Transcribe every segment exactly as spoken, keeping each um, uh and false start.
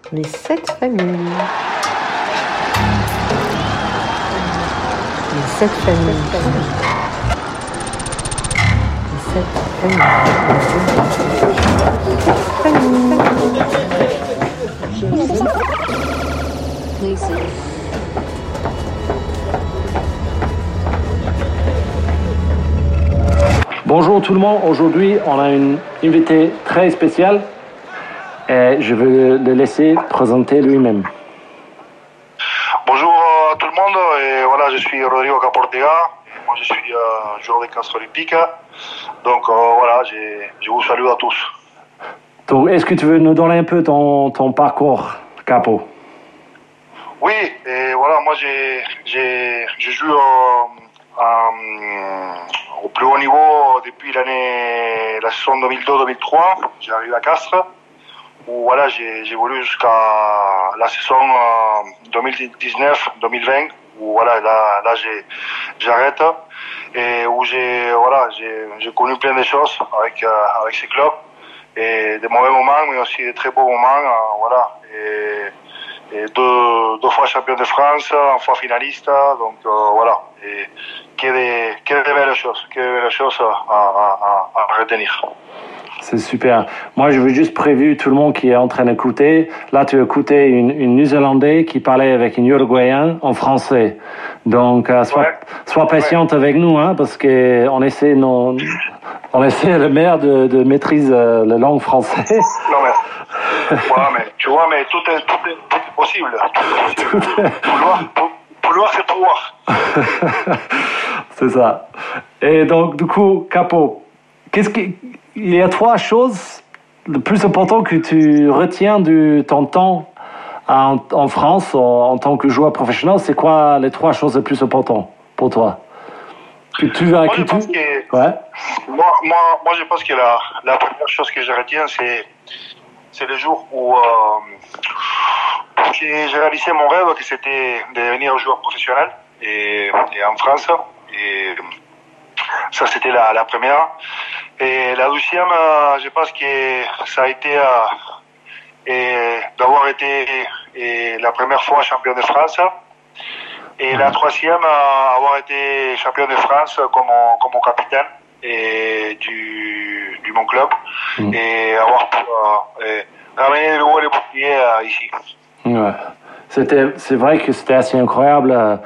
Les sept familles. Les sept familles. Les sept familles. Bonjour tout le monde, aujourd'hui on a une invité très spéciale et je vais le laisser présenter lui-même. Bonjour à tout le monde, et voilà, je suis Rodrigo Caportega, moi je suis euh, joueur des castres olympiques, donc euh, voilà, j'ai, je vous salue à tous. Donc est-ce que tu veux nous donner un peu ton, ton parcours, Capo? Oui, et voilà, moi j'ai, j'ai, je joue euh, euh, au plus haut niveau depuis l'année, la saison deux mille deux deux mille trois, j'ai arrivé à Castres, où voilà, j'ai, j'ai évolué jusqu'à la saison euh, deux mille dix-neuf deux mille vingt, où voilà, là, là j'ai, j'arrête, et où j'ai, voilà, j'ai, j'ai connu plein de choses avec, euh, avec ces clubs, et des mauvais moments, mais aussi des très beaux moments, euh, voilà, et, et deux, deux fois champion de France, une fois finaliste, donc euh, voilà, et que des, que des belles choses, que des belles choses à, à, à, à retenir. C'est super. Moi, je veux juste prévenir tout le monde qui est en train d'écouter. Là, tu écoutais une, une Néerlandaise qui parlait avec une Uruguayen en français. Donc, euh, sois, ouais. sois patiente ouais. avec nous, hein, parce que on essaie, nos, on essaie le maire de, de maîtriser euh, la langue française. Non mais, ouais, mais tu vois, mais tout est, tout est, tout est possible. Tout est possible. Vouloir, vouloir, c'est pouvoir. C'est ça. Et donc, du coup, Capo, qu'est-ce qui il y a trois choses le plus important que tu retiens de ton temps en, en France en, en tant que joueur professionnel. C'est quoi les trois choses les plus importantes pour toi? Que tu moi, que je tu... pense que, ouais. moi, moi, moi, je pense que la, la première chose que je retiens, c'est, c'est le jour où euh, j'ai, j'ai réalisé mon rêve, que c'était de devenir joueur professionnel et, et en France. Et ça, c'était la, la première. Et la deuxième, euh, je pense que ça a été euh, et d'avoir été et la première fois champion de France. Et la troisième, euh, avoir été champion de France comme, comme capitaine et du, du mon club. Mmh. Et avoir pu euh, ramener le haut et les boucliers euh, ici. Ouais. C'était, c'est vrai que c'était assez incroyable euh,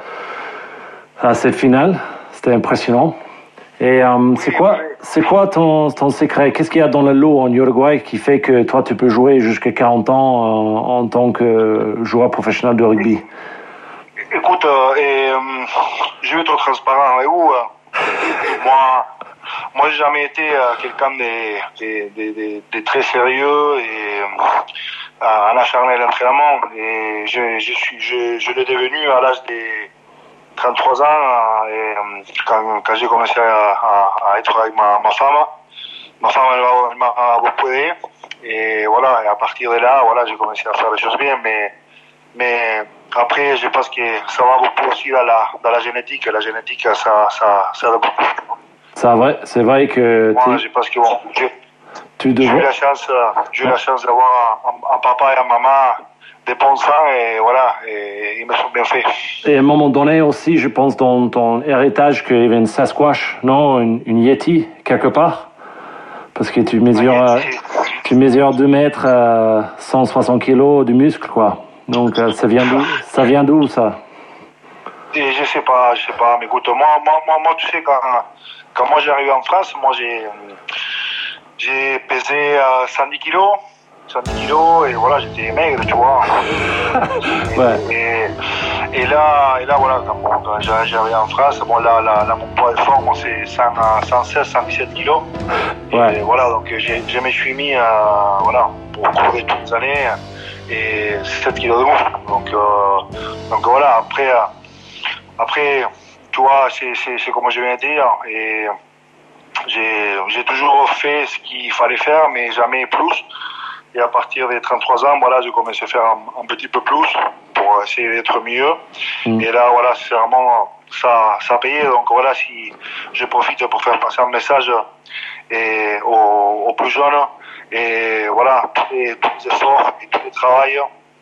à cette finale. C'était impressionnant. Et euh, c'est quoi, c'est quoi ton, ton secret? Qu'est-ce qu'il y a dans le lot en Uruguay qui fait que toi, tu peux jouer jusqu'à quarante ans en, en tant que joueur professionnel de rugby? Écoute, euh, et, euh, je vais être transparent avec vous. Euh, moi, moi, j'ai jamais été euh, quelqu'un de, de, de, de, de très sérieux et euh, en acharné d'entraînement. Et je, je suis, je, je l'ai devenu à l'âge des trente-trois ans, et quand, quand j'ai commencé à, à, à être avec ma, ma femme, ma femme elle m'a, elle m'a beaucoup aidé, et voilà, et à partir de là, voilà, j'ai commencé à faire les choses bien, mais, mais après, je pense que ça va beaucoup aussi dans la, dans la génétique, la génétique, ça, ça, ça aide beaucoup. C'est vrai, c'est vrai que... Moi, tu... je pense que bon, j'ai, tu devrais... j'ai eu la chance, j'ai eu la chance d'avoir un, un papa et un maman des bons sang, et voilà, et ils me sont bien faits. Et à un moment donné aussi, je pense dans ton héritage qu'il y avait une Sasquatch, non, une, une Yeti quelque part, parce que tu mesures, euh, tu mesures deux mètres, euh, cent soixante kilos de muscle, quoi. Donc euh, ça vient d'où, ça vient d'où ça? Et je sais pas, je sais pas. Mais écoute, moi, moi, moi, moi tu sais quand, quand moi j'ai arrivé en France, moi j'ai, j'ai pesé euh, cent dix kilos. cent dix kilos, et voilà, j'étais maigre, tu vois. Ouais. Et, et là, et là, voilà, quand, quand j'arrive en France, bon, là, là, là, mon poids est fort, moi, c'est cent seize, cent dix-sept kilos. Ouais. Et voilà, donc, j'ai, je me suis mis, euh, voilà, pour courir toutes les années, et sept kilos de muscle. Donc, euh, donc voilà, après, euh, après, tu vois, c'est, c'est, c'est comme je viens de dire, et j'ai, j'ai toujours fait ce qu'il fallait faire, mais jamais plus. Et à partir des trente-trois ans, voilà, j'ai commencé à faire un, un petit peu plus pour essayer d'être mieux. Mmh. Et là, voilà, c'est vraiment, ça, ça a payé. Donc voilà, si je profite pour faire passer un message et aux, aux plus jeunes. Et voilà, tous les, tous les efforts et tout le travail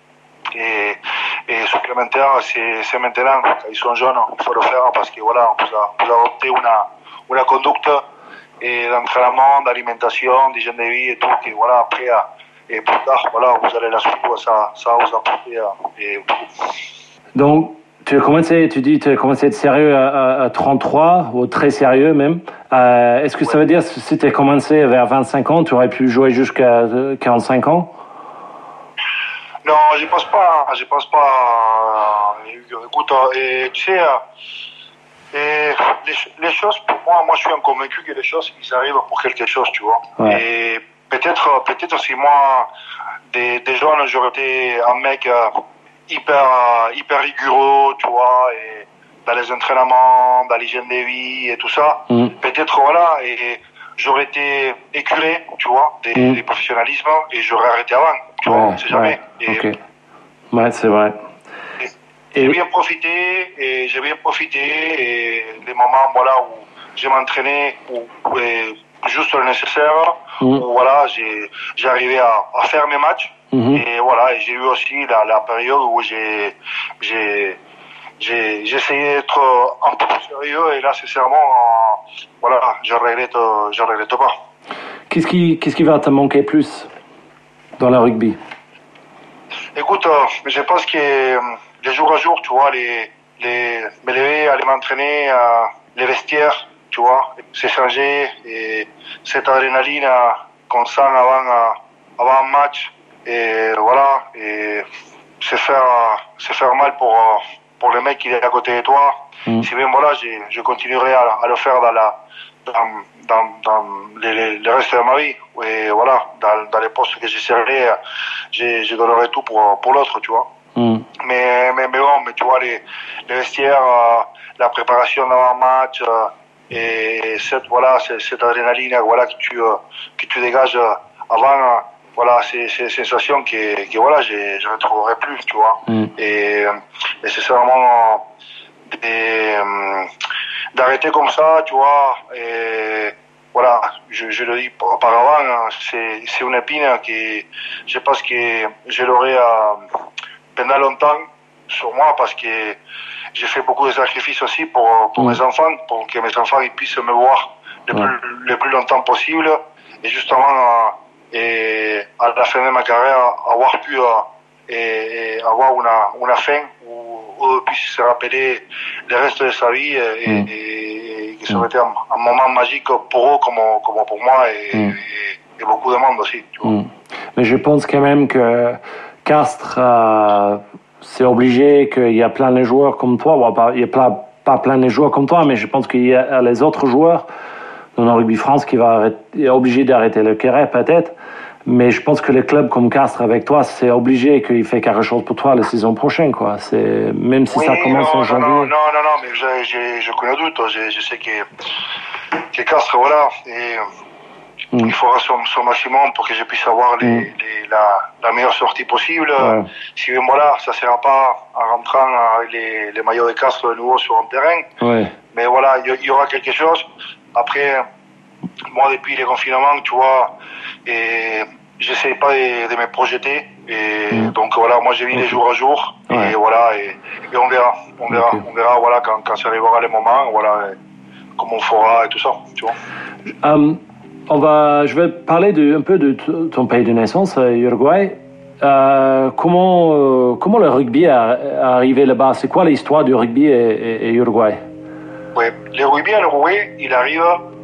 Et, et supplémentaire, c'est, c'est maintenant, quand ils sont jeunes, il faut le faire parce que voilà, vous, a, vous adoptez une, une conduite et d'entraînement, d'alimentation, d'hygiène de vie et tout, et voilà, après, et plus tard, voilà, vous allez la suivre, ça, ça va vous apporter et beaucoup. Donc, tu as commencé, tu dis, tu as commencé à être sérieux à, à, à trente-trois, ou très sérieux même. Euh, est-ce que ouais. ça veut dire que si tu as commencé vers vingt-cinq ans, tu aurais pu jouer jusqu'à quarante-cinq ans? Non, je pense pas, je pense pas. Écoute, et, tu sais, et les, les choses, pour moi, moi je suis convaincu que les choses, ils arrivent pour quelque chose, tu vois. Ouais. Et peut-être, peut-être si moi, des, des jeunes, j'aurais été un mec hyper, hyper rigoureux, tu vois, et dans les entraînements, dans l'hygiène de vie et tout ça. Mm. Peut-être, voilà, et j'aurais été écuré, tu vois, des, mm. des professionnalismes et j'aurais arrêté avant, tu ouais, vois, on sait jamais. Ouais, et, okay. ouais c'est vrai. Et, et j'ai bien profité, et j'ai bien profité, et des moments, voilà, où j'ai m'entraîné, où, où, juste le nécessaire, mm. où, voilà, j'ai, j'ai arrivé à, à faire mes matchs. Mm-hmm. Et voilà, et j'ai eu aussi la, la période où j'ai, j'ai, j'ai, j'ai essayé d'être un peu plus sérieux, et là, sincèrement, euh, voilà, je regrette, je regrette pas. Qu'est-ce qui, qu'est-ce qui va te manquer plus dans le rugby? Écoute, euh, je pense que euh, les jours à jour, tu vois, les, les, me lever, aller m'entraîner, euh, les vestiaires, tu vois, s'échanger, et cette adrénaline euh, qu'on sent avant, euh, avant un match, et voilà, et se faire, se faire mal pour, pour le mec qui est à côté de toi. Mm. Si bien voilà, je, je continuerai à, à le faire dans la, dans, dans, dans les, le reste de ma vie. Et voilà, dans, dans les postes que j'essaierai, je, je donnerai tout pour, pour l'autre, tu vois. Mm. Mais, mais, mais bon, mais tu vois, les, les vestiaires, euh, la préparation d'avant match, euh, et cette, voilà, cette, cette adrénaline, voilà, que tu, euh, que tu dégages avant, euh, voilà, c'est c'est sensations que, que voilà, je ne retrouverai plus, tu vois. Mm. Et, et c'est vraiment euh, d'arrêter comme ça, tu vois. Et voilà, je, je le dis auparavant, c'est c'est une épine que je pense que je l'aurai euh, pendant longtemps sur moi parce que j'ai fait beaucoup de sacrifices aussi pour pour mm. mes enfants, pour que mes enfants ils puissent me voir le ouais. plus le plus longtemps possible. Et justement. Euh, et à la fin de ma carrière avoir pu euh, et, et avoir une, une fin où eux puissent se rappeler le reste de sa vie et, mm. et, et que ça aurait été un, un moment magique pour eux comme, comme pour moi et, mm. et, et beaucoup de monde aussi. Tu vois. Mm. Mais je pense quand même que Castres, euh, c'est obligé qu'il y a plein de joueurs comme toi, bon, pas, il n'y a pas, pas plein de joueurs comme toi, mais je pense qu'il y a les autres joueurs dans le rugby France qui va arrêter, est obligé d'arrêter le carré peut-être, mais je pense que les clubs comme Castres avec toi, c'est obligé qu'il fait quelque chose pour toi la saison prochaine, quoi. C'est même si oui, ça commence non, en janvier. Non, non, non, non, mais j'ai, j'ai, je connais doute. Je, je sais que, que Castres, voilà, et mm. il fera son, son maximum pour que je puisse avoir les, mm. les, la, la meilleure sortie possible. Ouais. Si voilà, ça sera pas en rentrant avec les, les maillots de Castres de nouveau sur un terrain, ouais. mais voilà, il y, y aura quelque chose. Après, moi, depuis les confinements, tu vois, et j'essaie pas de, de me projeter. Et mmh. donc, voilà, moi, j'ai vu okay. les jours à jour. Ouais. Et voilà, et, et on verra. On verra, okay. on verra, voilà, quand, quand ça arrivera le moment, voilà, comment on fera et tout ça, tu vois. Um, on va, je vais parler de, un peu de t- ton pays de naissance, Uruguay. Euh, comment, euh, comment le rugby est arrivé là-bas? C'est quoi l'histoire du rugby et, et, et Uruguay? Oui, le rugby en Uruguay, il arrive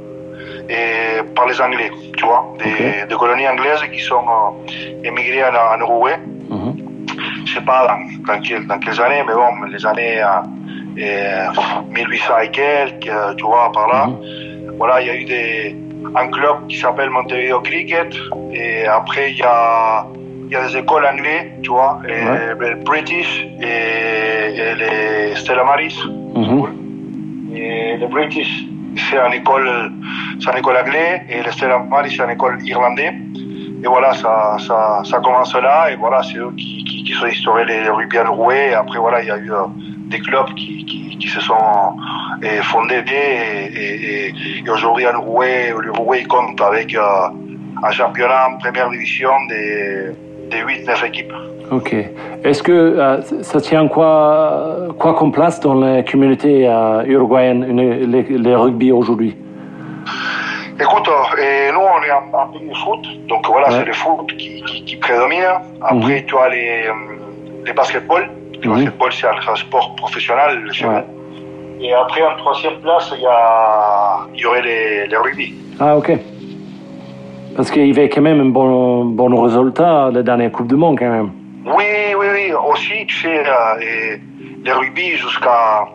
et, par les Anglais, tu vois, des, okay. des colonies anglaises qui sont euh, émigrées en, en Uruguay. Mm-hmm. Je ne sais pas dans, dans, quel, dans quelles années, mais bon, les années euh, et, mille huit cents et quelques, tu vois, par là. Mm-hmm. Voilà, il y a eu des, un club qui s'appelle Montevideo Cricket, et après, il y a, il y a des écoles anglaises, tu vois, et, ouais. les British et, et les Stella Maris. Mm-hmm. Et le British, c'est une école, c'est une école anglaise, et le Stella Maris, c'est une école irlandaise. Et voilà, ça, ça, ça commence là, et voilà, c'est eux qui, qui, qui sont instaurés les, les rugby en Uruguay. Et après, voilà, il y a eu euh, des clubs qui, qui, qui se sont euh, fondés, et, et, et, et aujourd'hui, en Uruguay, l'Uruguay compte avec euh, un championnat en première division de, des huit neuf équipes. Ok. Est-ce que euh, ça tient quoi, quoi comme place dans la communauté euh, uruguayenne, une, les, les rugby aujourd'hui? Écoute, et nous on est en, en pays de foot, donc voilà, ouais. C'est le foot qui, qui, qui prédomine. Après, mm-hmm. tu as les, les basketball. Le mm-hmm. basketball, c'est un sport professionnel chez ouais. nous. Et après, en troisième place, il y, a, il y aurait les, les rugby. Ah, ok. Parce qu'il y avait quand même un bon, bon résultat la dernière Coupe du Monde, quand même. Oui, oui, oui. Aussi, tu sais, les, les rugby, jusqu'à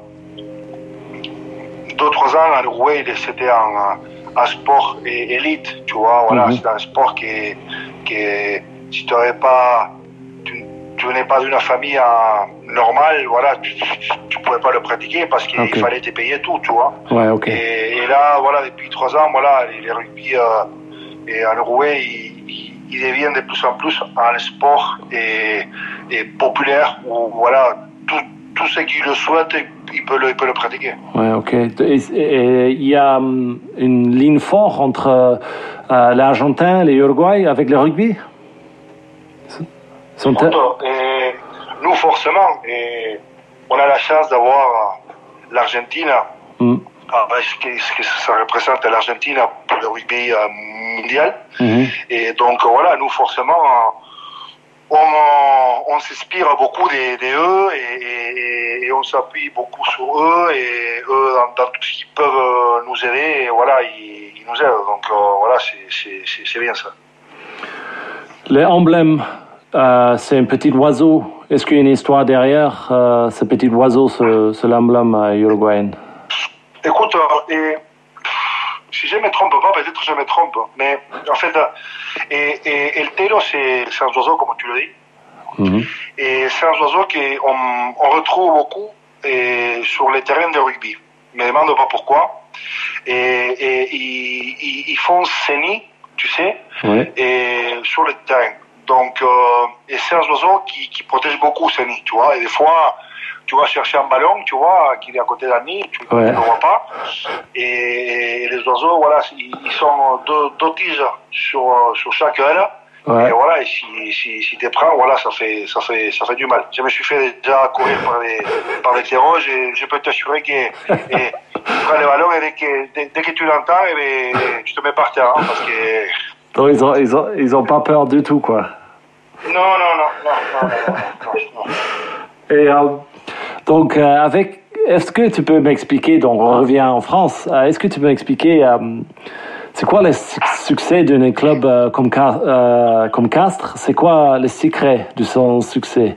deux trois ans, à l'Uruguay, c'était en. un sport élite, tu vois, voilà, mm-hmm. c'est un sport qui, qui si tu n'avais pas, tu, tu venais pas d'une famille uh, normale, voilà, tu, tu pouvais pas le pratiquer parce qu'il okay. fallait te payer tout, tu vois. Ouais, ok. Et, et là, voilà, depuis trois ans, voilà, les, les rugby euh, et en Uruguay, ils, ils deviennent de plus en plus un sport et, et populaire où, voilà, tout, tout ceux qui le souhaitent, il peut le, il peut le pratiquer. Ouais, ok. Il y a um, une ligne forte entre euh, l'Argentin et l'Uruguay avec le rugby. Sont t- et nous, forcément, et on a la chance d'avoir l'Argentine, mm. avec ce que, ce que ça représente l'Argentine pour le rugby euh, mondial. Mm-hmm. Et donc, voilà, nous, forcément, on, on s'inspire beaucoup de, de eux et, et, et on s'appuie beaucoup sur eux et eux dans, dans tout ce qu'ils peuvent nous aider et voilà ils, ils nous aident donc euh, voilà c'est, c'est, c'est, c'est bien ça. L'emblème euh, c'est un petit oiseau. Est-ce qu'il y a une histoire derrière euh, ce petit oiseau, ce, ce l'emblème euh, uruguayen? Écoute, euh, et, si je me trompe pas, peut-être que je me trompe, mais en fait, et, et, et le telo, c'est, c'est un oiseau, comme tu le dis, mm-hmm. et c'est un oiseau qu'on on retrouve beaucoup et, sur les terrains de rugby. Je me demande pas pourquoi. Et, et ils, ils, ils font ses nids, tu sais, ouais. et sur le terrain. Donc, euh, et c'est un oiseau qui, qui protège beaucoup ses nids, tu vois, et des fois, tu vas chercher un ballon, tu vois, qui est à côté d'un nid, tu ne ouais. le vois pas. Et, et les oiseaux, voilà, ils, ils sont deux, deux tiges sur, sur chaque aile. Ouais. Et voilà, et si, si, si tu prends, voilà, ça fait, ça fait, ça fait du mal. Je me suis fait déjà courir par les, par les terreaux, et je peux t'assurer que, et, tu prends le ballon et dès que, dès, dès que tu l'entends, et, et, tu te mets par terre, hein, parce que. Donc, ils ont, ils ont, ils ont pas peur du tout, quoi. Non, non, non, non, non, non, non, non. Et, euh, donc, euh, avec, est-ce que tu peux m'expliquer, donc on revient en France, euh, est-ce que tu peux m'expliquer, euh, c'est quoi le succès d'un club euh, comme, euh, comme Castres? C'est quoi le secret de son succès?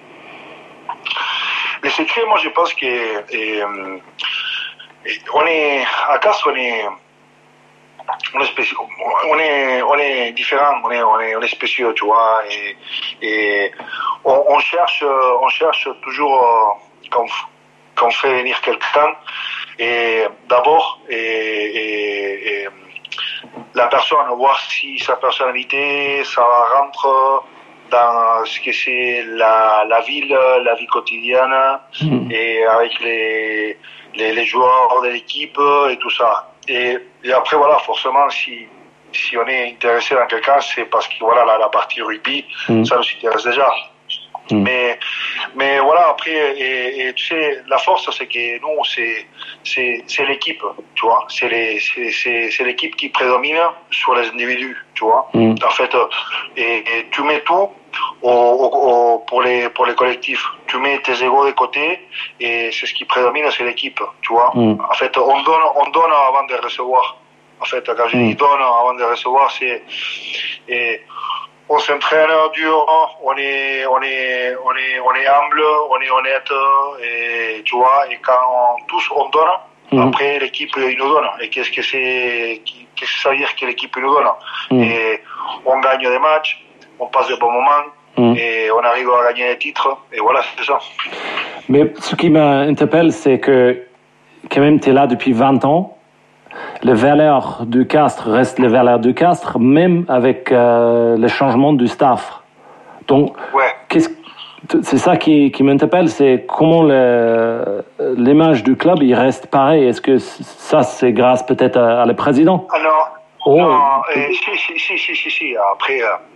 Le secret, moi, je pense que et, et, on est, à Castres, on est, on est, spécial, on est, on est différent, on est, on est, on est spéciaux, tu vois, et, et on, on cherche, on cherche toujours, euh, quand, quand on fait venir quelqu'un, et d'abord, et, et, et la personne, voir si sa personnalité, ça rentre dans ce que c'est la, la ville, la vie quotidienne, mmh. et avec les, les, les joueurs de l'équipe et tout ça. Et, et après, voilà, forcément, si, si on est intéressé dans quelqu'un, c'est parce que voilà, la, la partie rugby, mmh. ça nous intéresse déjà. Mmh. Mais, mais voilà, après, et, et tu sais, la force, c'est que nous, c'est, c'est, c'est l'équipe, tu vois. C'est, les, c'est, c'est, c'est l'équipe qui prédomine sur les individus, tu vois. Mmh. En fait, et, et tu mets tout au, au, au, pour, les, pour les collectifs. Tu mets tes égos de côté et c'est ce qui prédomine, c'est l'équipe, tu vois. Mmh. En fait, on donne, on donne avant de recevoir. En fait, quand je dis donne avant de recevoir, c'est. Et, on s'entraîne dur, on est, on est, on est, on est humble, on est honnête, et tu vois, et quand on, tous on donne, mmh. après l'équipe il nous donne. Et qu'est-ce que c'est, qu'est-ce que ça veut dire que l'équipe nous donne? Mmh. Et on gagne des matchs, on passe de bons moments, mmh. et on arrive à gagner des titres, et voilà, c'est ça. Mais ce qui m'interpelle, c'est que quand même tu es là depuis vingt ans. Les valeurs de Castres restent les valeurs de Castres, même avec euh, le changement du staff. Donc, ouais. qu'est-ce, c'est ça qui, qui m'interpelle, c'est comment le, l'image du club il reste pareil. Est-ce que ça, c'est grâce peut-être à, à le président? Alors, oh. non, euh, si, si, si, si, si, si. Après, euh,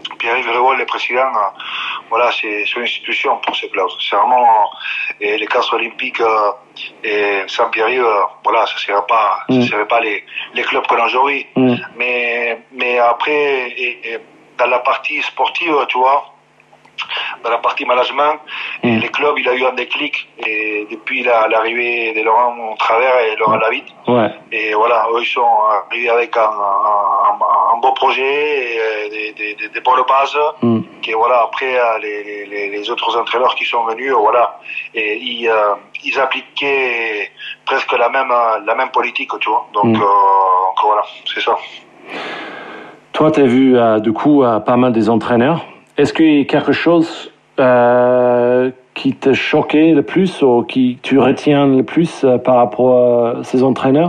Pierre-Yves Revol, le président, euh, voilà, c'est, c'est une institution pour ce club. C'est vraiment et les Castres Olympiques euh, et sans Pierre-Yves, euh, voilà, ça serait pas, mm. ça serait pas les, les clubs qu'on a aujourd'hui. Mm. Mais, mais après, et, et dans la partie sportive, tu vois, dans la partie management, mm. et les clubs, il a eu un déclic et depuis la, l'arrivée de Laurent Travers et Laurent Lavitte. Ouais. Et voilà, eux, ils sont arrivés avec un, un, un, un beau projet, et des, des, des, des bonnes bases. Mm. Et voilà, après, les, les, les autres entraîneurs qui sont venus, voilà, et ils, euh, ils appliquaient presque la même, la même politique, tu vois. Donc, mm. euh, donc voilà, c'est ça. Toi, tu as vu, euh, du coup, euh, pas mal des entraîneurs. Est-ce qu'il y a quelque chose euh, qui t'a choqué le plus ou qui tu retiens le plus euh, par rapport à ces entraîneurs?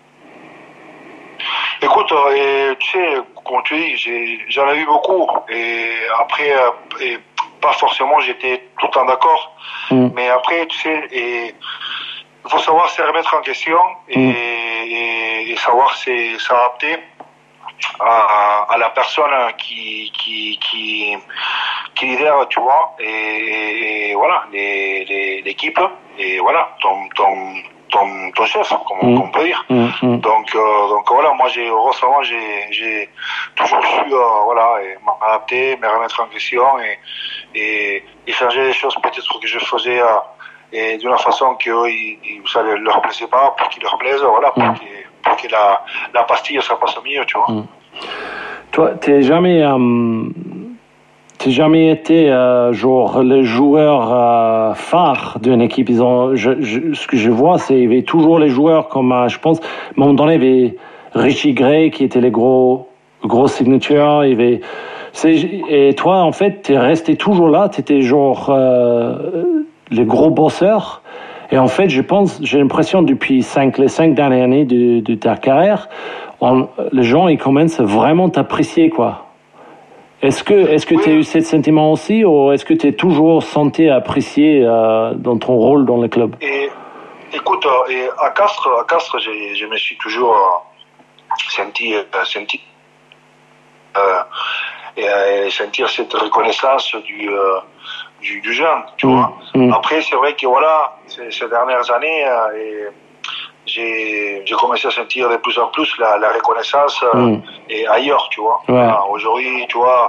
Écoute, euh, tu sais, comme tu dis, j'ai, j'en ai vu beaucoup. Et après, euh, et pas forcément j'étais tout le temps d'accord. Mm. Mais après, tu sais, et il faut savoir se remettre en question et, mm. et, et savoir se, s'adapter à, à la personne qui qui qui qui lidère, tu vois, et, et voilà, les, les, l'équipe, et voilà, ton ton ton, ton chef, comme mmh. on peut dire. Mmh. Donc euh, donc voilà, moi j'ai heureusement j'ai j'ai toujours su euh, voilà, et m'adapter, me remettre en question et et, et changer les choses peut-être que je faisais euh, et d'une façon que eux, ils, ils, ça ne leur plaisait pas, pour qu'ils leur plaise, voilà, pour, mmh. que, pour que la, la pastille, ça passe mieux, tu vois. Mmh. Toi, t'es jamais, euh, t'es jamais été, euh, genre, le joueur euh, phare d'une équipe. Ils ont, je, je, ce que je vois, c'est qu'il y avait toujours les joueurs comme, euh, je pense, à un moment donné, il y avait Richie Gray qui était les gros, gros signatures, il y avait, c'est, et toi, en fait, t'es resté toujours là, t'étais genre, euh, les gros bosseurs. Et en fait, je pense, j'ai l'impression depuis cinq, les cinq dernières années de, de ta carrière, on, les gens, ils commencent vraiment t'apprécier, quoi. Est-ce que, est-ce que oui. tu as eu ce sentiment aussi, ou est-ce que tu es toujours senti apprécié euh, dans ton rôle dans le club? Et, écoute, et à Castres, à Castres, je, je me suis toujours euh, senti, euh, senti euh, et, et sentir cette reconnaissance du euh, Du, du jeune, tu mmh, vois. Mmh. Après, c'est vrai que voilà, ces, ces dernières années, euh, et j'ai, j'ai commencé à sentir de plus en plus la, la reconnaissance euh, mmh. et ailleurs, tu vois. Ouais. Voilà, aujourd'hui, tu vois,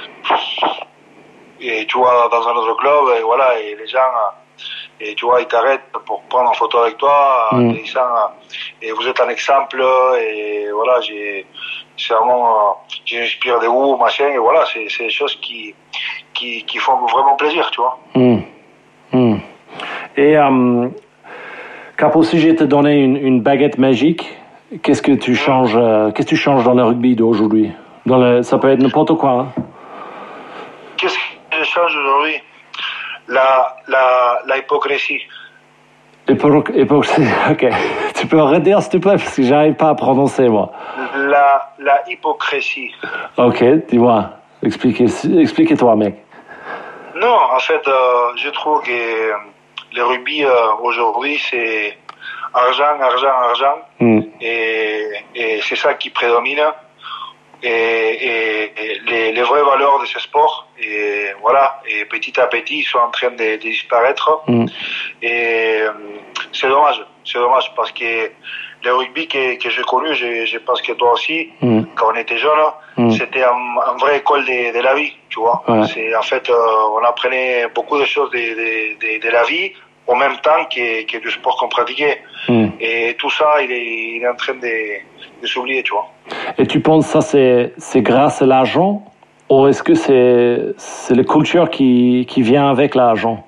et tu vois, dans un autre club, et voilà, et les gens, et tu vois, ils t'arrêtent pour prendre une photo avec toi, mmh. et, disant, et vous êtes un exemple, et voilà, j'ai, c'est vraiment, j'inspire de vous, machin, et voilà, c'est, c'est des choses qui, qui, qui font vraiment plaisir, tu vois. Mmh. Mmh. Et, euh, Capo, si je te donnais une, une baguette magique, qu'est-ce que tu changes, euh, qu'est-ce que tu changes dans le rugby d'aujourd'hui? Dans le, ça peut être n'importe quoi. Hein? Qu'est-ce que je change aujourd'hui? La, la, la hypocrisie. Hypoc- hypocrisie, ok. Tu peux redire, s'il te plaît, parce que j'arrive pas à prononcer, moi. La, la hypocrisie. Ok, dis-moi. Expliquez, expliquez-toi, mec. Non, en fait, euh, je trouve que le rugby, euh, aujourd'hui, c'est argent, argent, argent. Mm. Et, et c'est ça qui prédomine. Et, et, et les, les vraies valeurs de ce sport, et voilà, et petit à petit, ils sont en train de, de disparaître. Mm. Et euh, c'est dommage, c'est dommage parce que le rugby que, que j'ai connu, je, je pense que toi aussi, mm. quand on était jeune, mm. c'était une vraie école de, de la vie, tu vois. Ouais. C'est, en fait, euh, on apprenait beaucoup de choses de, de, de, de la vie, en même temps que, que du sport qu'on pratiquait. Mm. Et tout ça, il est, il est en train de, de s'oublier, tu vois. Et tu penses que ça, c'est, c'est grâce à l'argent, ou est-ce que c'est, c'est la culture qui, qui vient avec l'argent?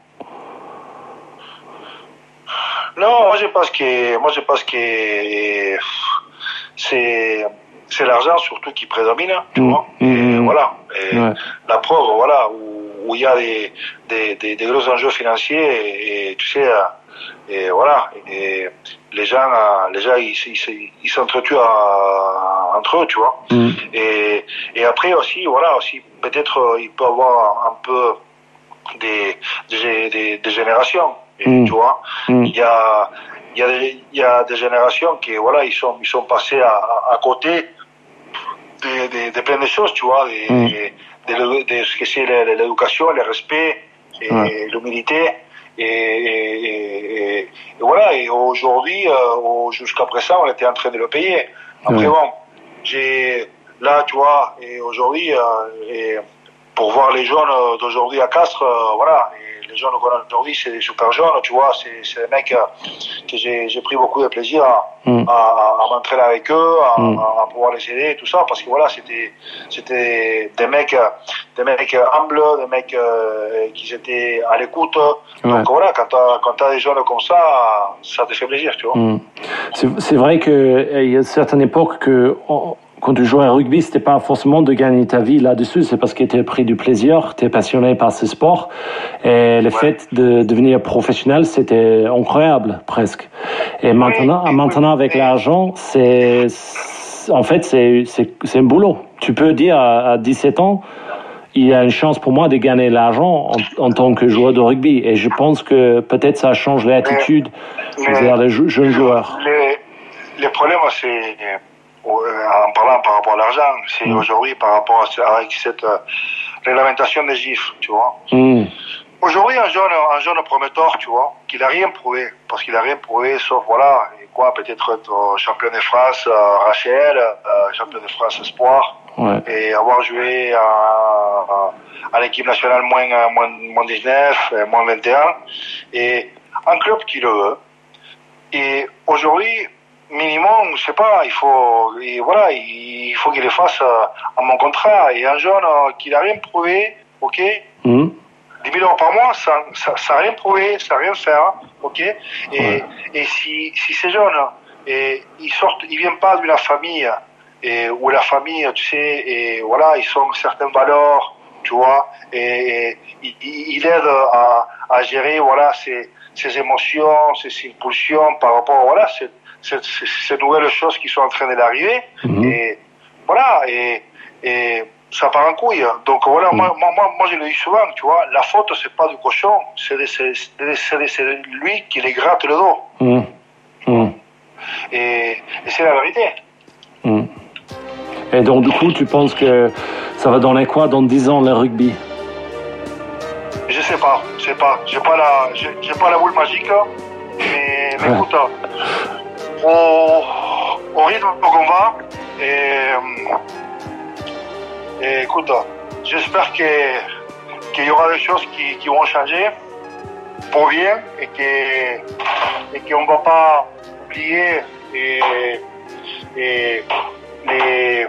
Non, moi je pense que, moi je pense que c'est, c'est l'argent surtout qui prédomine, tu mmh, vois. Mmh, et mmh. voilà. Et ouais. La preuve, voilà, où, où il y a des, des, des, des gros enjeux financiers et, et tu sais, et voilà. Et les gens, les gens, ils, ils, ils s'entretuent entre eux, tu vois. Mmh. Et, et après aussi, voilà, aussi, peut-être, il peut y avoir un peu des, des, des, des générations. Et, mmh. Tu vois, mmh. il y a, il y a, des, il y a des générations qui, voilà, ils sont, ils sont passés à, à, à côté de, de, de plein de choses, tu vois, de, mm. de, de, de ce que c'est l'éducation, le respect et ouais. l'humilité. Et, et, et, et voilà, et aujourd'hui, euh, jusqu'à présent, on était en train de le payer. Après, ouais. bon, j'ai, là, tu vois, et aujourd'hui, euh, et pour voir les jeunes d'aujourd'hui à Castres, euh, voilà, et les jeunes qu'on a aujourd'hui, c'est des super jeunes, tu vois, c'est, c'est des mecs euh, que j'ai, j'ai pris beaucoup de plaisir à, mm. à, à, à m'entraîner avec eux, à, mm. à, à pouvoir les aider et tout ça, parce que voilà, c'était, c'était des mecs, des mecs humbles, des mecs euh, qui étaient à l'écoute. Ouais. Donc voilà, quand t'as, quand t'as des jeunes comme ça, ça te fait plaisir, tu vois. Mm. C'est, c'est vrai qu'il y a certaines époques que, on, quand tu jouais à rugby, c'était pas forcément de gagner ta vie là-dessus, c'est parce que tu as pris du plaisir, tu es passionné par ce sport. Et le ouais. fait de devenir professionnel, c'était incroyable, presque. Et maintenant, oui, maintenant avec oui. l'argent, c'est, c'est, en fait, c'est, c'est, c'est un boulot. Tu peux dire à, à dix-sept ans, il y a une chance pour moi de gagner l'argent en, en tant que joueur de rugby. Et je pense que peut-être ça change l'attitude vers les jeunes joueurs. Les, les problèmes, c'est, en parlant par rapport à l'argent, c'est mmh. aujourd'hui par rapport à avec cette euh, réglementation des gifs, tu vois. Mmh. Aujourd'hui, un jeune, un jeune prometteur, tu vois, qu'il n'a rien prouvé, parce qu'il n'a rien prouvé, sauf, voilà, et quoi, peut-être être champion de France, euh, Rachel, euh, champion de France Espoir, ouais. et avoir joué à, à, à l'équipe nationale moins, moins, moins dix-neuf, moins vingt et un, et un club qui le veut. Et aujourd'hui, minimum, je sais pas, il faut, et voilà, il faut qu'il le fasse à mon contrat. Et un jeune qui n'a rien prouvé, ok, mmh. dix mille euros par mois, ça, ça, ça n'a rien prouvé, ça n'a rien fait, ok. Et, ouais. et si, si ces jeunes, et ils sortent, ils viennent pas d'une famille, et où la famille, tu sais, et voilà, ils ont certaines valeurs, tu vois, et, et ils, ils aident à, à gérer, voilà, ces, ces émotions, ces impulsions par rapport, voilà, c'est Ces, ces, ces nouvelles choses qui sont en train d'arriver, mmh. et voilà, et, et ça part en couille. Donc voilà, mmh. moi, moi, moi, je le dis souvent, tu vois, la faute, c'est pas du cochon, c'est, de, c'est, de, c'est, de, c'est lui qui les gratte le dos. Mmh. Mmh. Et, et c'est la vérité. Mmh. Et donc, du coup, tu penses que ça va donner quoi dans dix ans, le rugby? Je sais pas, je sais pas, j'ai pas la, j'ai, j'ai pas la boule magique, mais, mais ouais. écoute, Au, au rythme qu'on va, et, et écoute, j'espère que, qu'il y aura des choses qui, qui vont changer pour bien et que, et qu'on ne va pas oublier et, et les,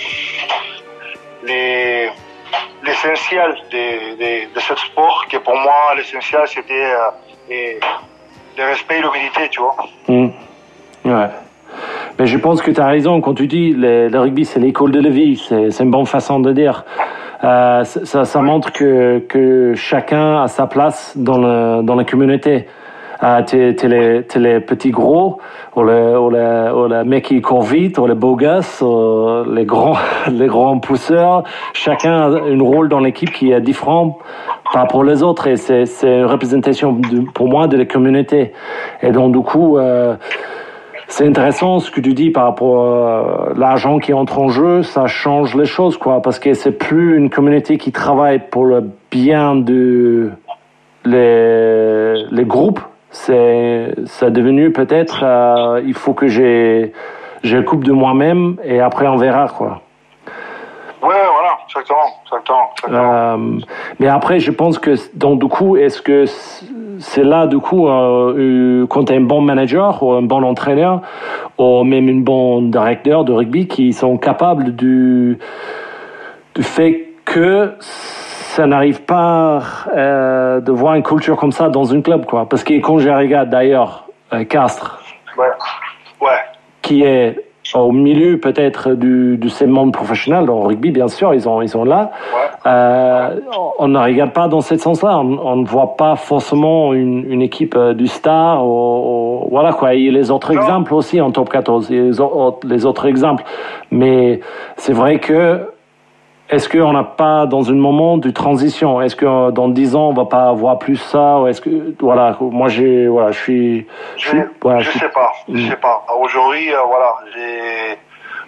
les, l'essentiel de, de, de ce sport, que pour moi, l'essentiel, c'était euh, le respect et l'humilité, tu vois. Mm. Ouais. Mais je pense que tu as raison quand tu dis le, le rugby c'est l'école de la vie, c'est, c'est une bonne façon de dire. Euh, ça, ça montre que, que chacun a sa place dans, le, dans la communauté. Euh, t'es, t'es, les, t'es les petits gros, ou les, ou les, ou les mecs qui courent vite, ou les beaux gosses, ou les grands, les grands pousseurs. Chacun a un rôle dans l'équipe qui est différent par rapport aux autres, et c'est, c'est une représentation de, pour moi de la communauté. Et donc du coup, euh, c'est intéressant ce que tu dis par rapport à l'argent qui entre en jeu, ça change les choses, quoi, parce que c'est plus une communauté qui travaille pour le bien de les, les groupes, c'est, c'est devenu peut-être, euh, il faut que j'ai, j'ai coupe de moi-même et après on verra, quoi. Ouais, voilà, exactement, exactement. exactement. Euh, mais après, je pense que, donc, du coup, est-ce que c'est là, du coup, euh, quand tu es un bon manager ou un bon entraîneur ou même un bon directeur de rugby qui sont capables du, du fait que ça n'arrive pas euh, de voir une culture comme ça dans un club, quoi. Parce que quand je regarde d'ailleurs euh, Castres, ouais. Ouais. qui est au milieu peut-être du, du ce monde professionnel, au rugby bien sûr, ils sont, ils sont là. Ouais. Euh, on ne regarde pas dans ce sens-là. On, on ne voit pas forcément une, une équipe du Star. Ou, ou, voilà quoi. Il y a les autres non. exemples aussi en top quatorze. Il y a les, autres, les autres exemples. Mais c'est vrai que est-ce qu'on n'a pas dans un moment de transition? Est-ce que dans dix ans on va pas avoir plus ça? Ou est-ce que voilà, moi j'ai voilà, je suis. Je, je, voilà, je, je sais pas, je sais pas. Aujourd'hui, euh, voilà, j'ai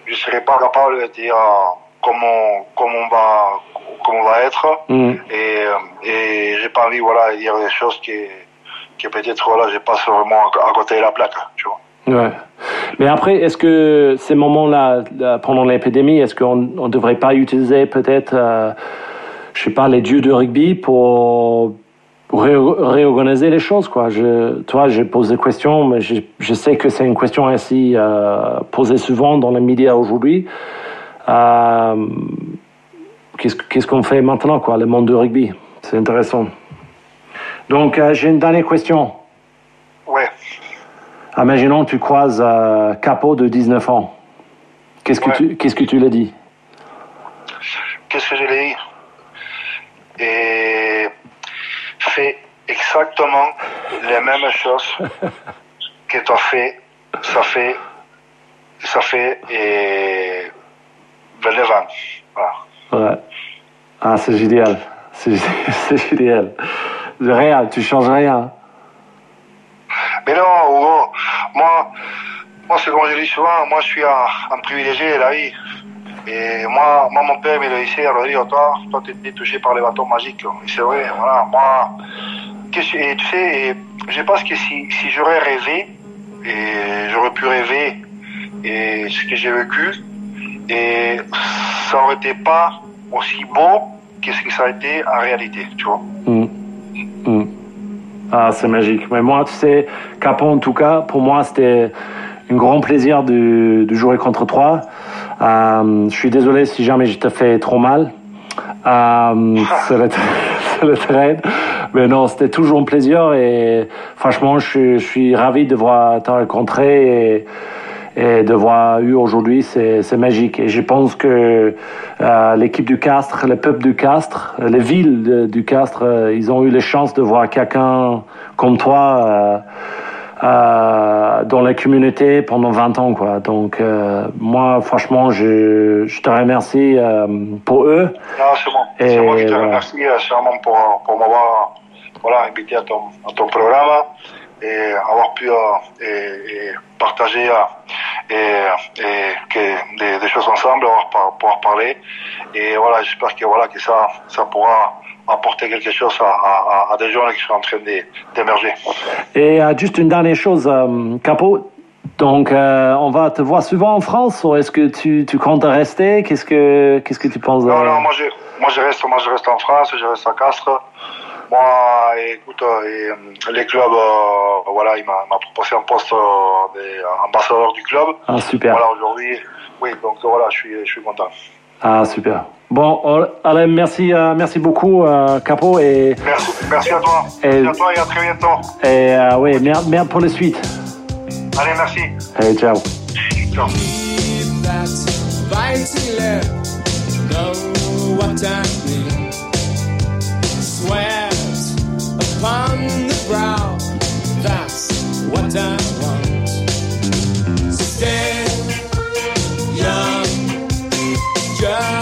je serais pas capable de dire comment comment on va comment on va être. Mm. Et et j'ai pas envie voilà de dire des choses qui qui peut-être voilà je passe vraiment à côté de la plaque, tu vois. Ouais. Mais après, est-ce que ces moments-là, là, pendant l'épidémie, est-ce qu'on ne devrait pas utiliser peut-être, euh, je sais pas, les dieux de rugby pour ré- réorganiser les choses, quoi. Je, toi, je pose des questions, mais je, je sais que c'est une question ainsi euh, posée souvent dans les médias aujourd'hui. Euh, qu'est-ce, qu'est-ce qu'on fait maintenant, quoi, le monde du rugby? C'est intéressant. Donc, euh, j'ai une dernière question. Ouais. Imaginons que tu croises euh, Capo de dix-neuf ans. Qu'est-ce que, ouais. tu, qu'est-ce que tu lui dis? Qu'est-ce que je lui dis? Et fais exactement les mêmes choses que tu as fait, ça fait, ça fait et vingt ans. Voilà. Ouais. Ah, c'est génial. C'est, c'est génial. Rien, tu changes rien. Mais non, Hugo, moi, moi c'est comme je dis souvent, moi je suis un, un privilégié de la vie. Et moi, moi mon père me le disait, Rodrigo, toi, toi tu es touché par les bâtons magiques. Et c'est vrai, voilà, moi, qu'est-ce, et tu sais, et je pense que si, si j'aurais rêvé, et j'aurais pu rêver, et ce que j'ai vécu, et ça aurait été pas aussi beau que ce que ça a été en réalité, tu vois. Mmh. Mmh. Ah, c'est magique. Mais moi, tu sais, Capo, en tout cas, pour moi, c'était un grand plaisir de, de jouer contre toi. Euh, je suis désolé si jamais je te fais trop mal. Euh, c'est, le, c'est le trade. Mais non, c'était toujours un plaisir et franchement, je suis, je suis ravi de voir te rencontrer et, et de voir eu aujourd'hui, c'est, c'est magique. Et je pense que euh, l'équipe du Castres, le peuple du Castres, les villes de, du Castres, euh, ils ont eu les chances de voir quelqu'un comme toi euh, euh, dans la communauté pendant vingt ans, quoi. Donc, euh, moi, franchement, je, je te remercie euh, pour eux. Non, c'est bon. Et c'est moi qui te voilà. remercie, c'est vraiment pour, pour m'avoir voilà, invité à ton, à ton programme et avoir pu euh, et, et partager euh, et, et que des, des choses ensemble, avoir, pouvoir parler. Et voilà, j'espère que, voilà, que ça, ça pourra apporter quelque chose à, à, à des jeunes qui sont en train d'émerger. Et euh, juste une dernière chose, euh, Capo. Donc, euh, on va te voir souvent en France, ou est-ce que tu, tu comptes rester? Qu'est-ce que, qu'est-ce que tu penses? Non, non, moi je, moi je reste, moi je reste en France, je reste à Castres. Moi, écoute, euh, les clubs, euh, voilà, il m'a, m'a proposé un poste euh, d'ambassadeur du club. Ah, super. Voilà, aujourd'hui, oui, donc voilà, je suis, je suis content. Ah, super. Bon, Alain, merci, euh, merci beaucoup, euh, Capo. Et, merci, merci à toi. Et, merci à toi et à très bientôt. Et euh, oui, merde, merde pour la suite. Allez, merci. Allez, ciao. Ciao. Upon the brow, that's what I want. Stay young, just